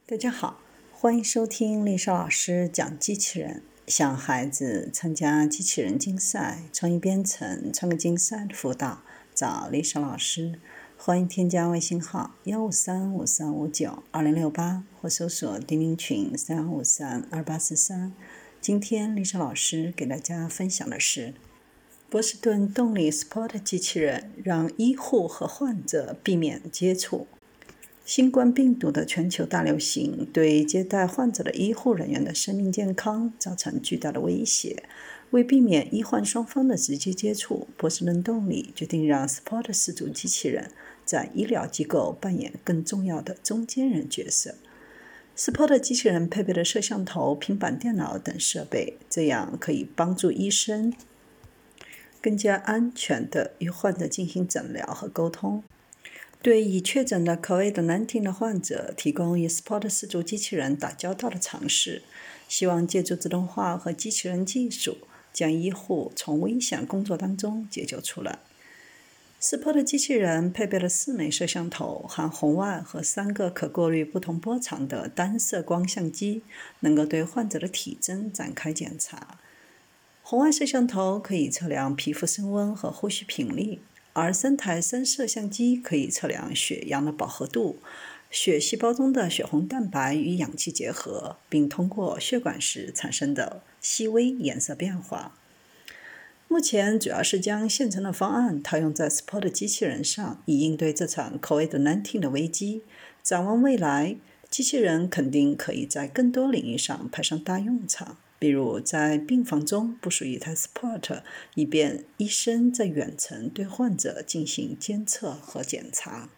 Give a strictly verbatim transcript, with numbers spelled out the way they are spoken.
大家好，欢迎收听丽莎老师讲机器人。想孩子参加机器人竞赛、创意编程、创客竞赛的辅导，找丽莎老师。欢迎添加微信号幺五三五三五九二零六八或搜索钉钉群三五三二八四三。今天丽莎老师给大家分享的是波士顿动力 Spot 机器人，让医护和患者避免接触。新冠病毒的全球大流行对接待患者的医护人员的生命健康造成巨大的威胁。为避免医患双方的直接接触，波士顿动力决定让 Spot 四组机器人在医疗机构扮演更重要的中间人角色。Spot 机器人配备了摄像头、平板电脑等设备，这样可以帮助医生更加安全地与患者进行诊疗和沟通。对已确诊的 COVID 十九 的患者提供与 Spot 四组机器人打交道的尝试，希望借助自动化和机器人技术，将医护从危险工作当中解救出来。Spot 机器人配备了四枚摄像头，含红外和三个可过滤不同波长的单色光相机，能够对患者的体征展开检查。红外摄像头可以测量皮肤升温和呼吸频率，而三台三摄相机可以测量血样的饱和度、血细胞中的血红蛋白与氧气结合，并通过血管时产生的细微颜色变化。目前主要是将现成的方案套用在 Spot 机器人上，以应对这场 COVID 十九 的危机。展望未来，机器人肯定可以在更多领域上派上大用场。比如在病房中部署一台 Spot， 以便医生在远程对患者进行监测和检查。